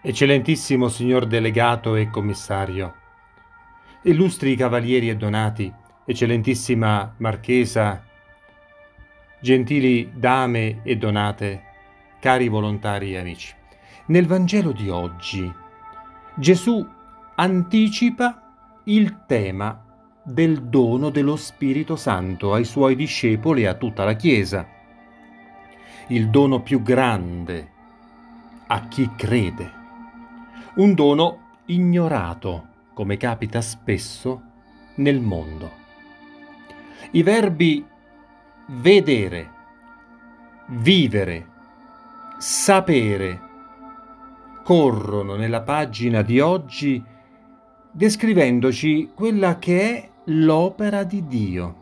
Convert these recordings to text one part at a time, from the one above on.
Eccellentissimo signor delegato e commissario, illustri cavalieri e donati, eccellentissima marchesa, gentili dame e donate, cari volontari e amici. Nel Vangelo di oggi Gesù anticipa il tema del dono dello Spirito Santo ai suoi discepoli e a tutta la Chiesa, il dono più grande a chi crede. Un dono ignorato, come capita spesso nel mondo. I verbi vedere, vivere, sapere corrono nella pagina di oggi descrivendoci quella che è l'opera di Dio.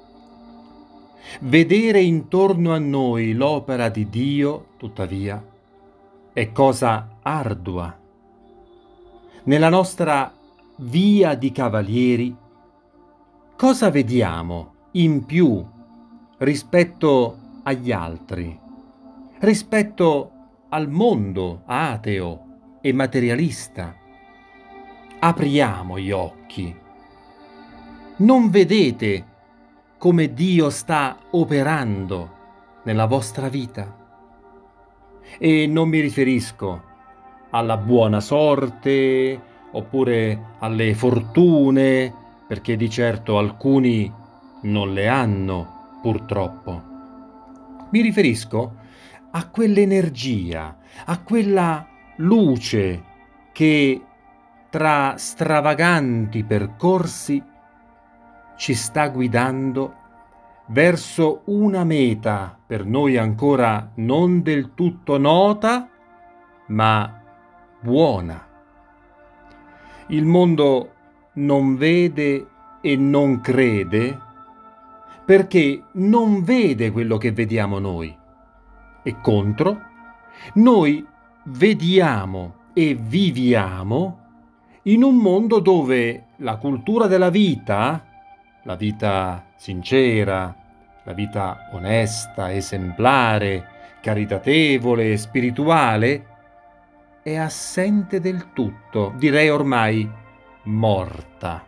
Vedere intorno a noi l'opera di Dio, tuttavia, è cosa ardua. Nella nostra via di cavalieri, cosa vediamo in più rispetto agli altri, rispetto al mondo ateo e materialista? Apriamo gli occhi. Non vedete come Dio sta operando nella vostra vita? E non mi riferisco alla buona sorte oppure alle fortune, perché di certo alcuni non le hanno, purtroppo. Mi riferisco a quell'energia, a quella luce che tra stravaganti percorsi ci sta guidando verso una meta per noi ancora non del tutto nota, ma buona. Il mondo non vede e non crede perché non vede quello che vediamo noi. E contro, noi vediamo e viviamo in un mondo dove la cultura della vita, la vita sincera, la vita onesta, esemplare, caritatevole, spirituale, è assente del tutto, direi ormai morta.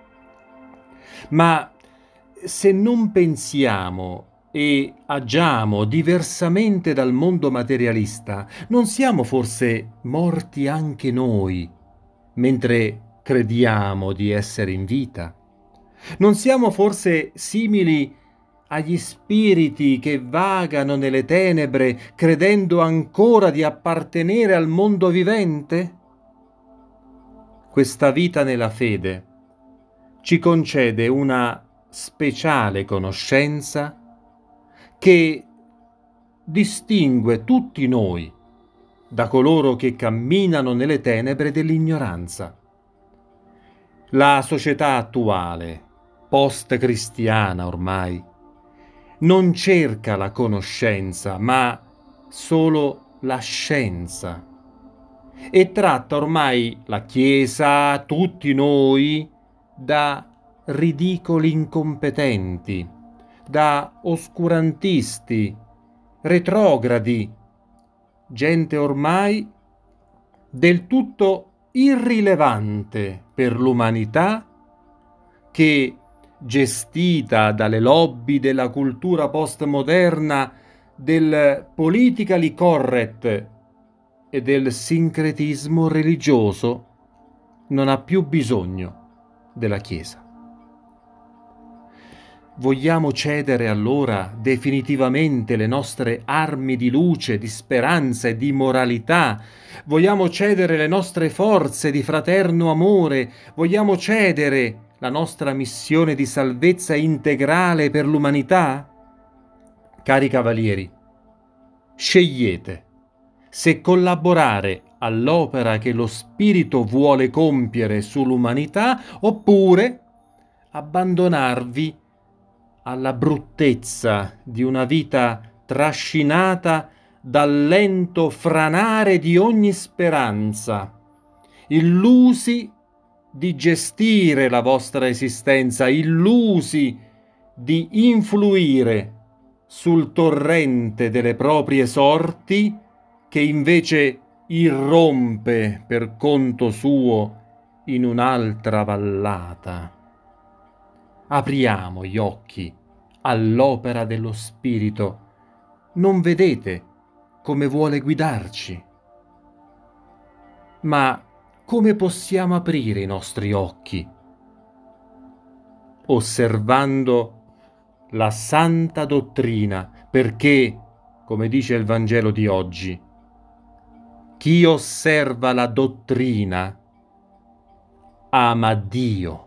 Ma se non pensiamo e agiamo diversamente dal mondo materialista, non siamo forse morti anche noi, mentre crediamo di essere in vita? Non siamo forse simili agli spiriti che vagano nelle tenebre, credendo ancora di appartenere al mondo vivente? Questa vita nella fede ci concede una speciale conoscenza che distingue tutti noi da coloro che camminano nelle tenebre dell'ignoranza. La società attuale, post-cristiana ormai, non cerca la conoscenza, ma solo la scienza. E tratta ormai la Chiesa, tutti noi, da ridicoli incompetenti, da oscurantisti, retrogradi, gente ormai del tutto irrilevante per l'umanità che, gestita dalle lobby della cultura postmoderna, del politically correct e del sincretismo religioso, non ha più bisogno della Chiesa. Vogliamo cedere allora definitivamente le nostre armi di luce, di speranza e di moralità? Vogliamo cedere le nostre forze di fraterno amore? Vogliamo cedere la nostra missione di salvezza integrale per l'umanità? Cari cavalieri, scegliete se collaborare all'opera che lo Spirito vuole compiere sull'umanità oppure abbandonarvi alla bruttezza di una vita trascinata dal lento franare di ogni speranza, illusi di gestire la vostra esistenza, illusi di influire sul torrente delle proprie sorti, che invece irrompe per conto suo in un'altra vallata. Apriamo gli occhi all'opera dello Spirito. Non vedete come vuole guidarci? Ma come possiamo aprire i nostri occhi? Osservando la santa dottrina, perché, come dice il Vangelo di oggi, chi osserva la dottrina ama Dio.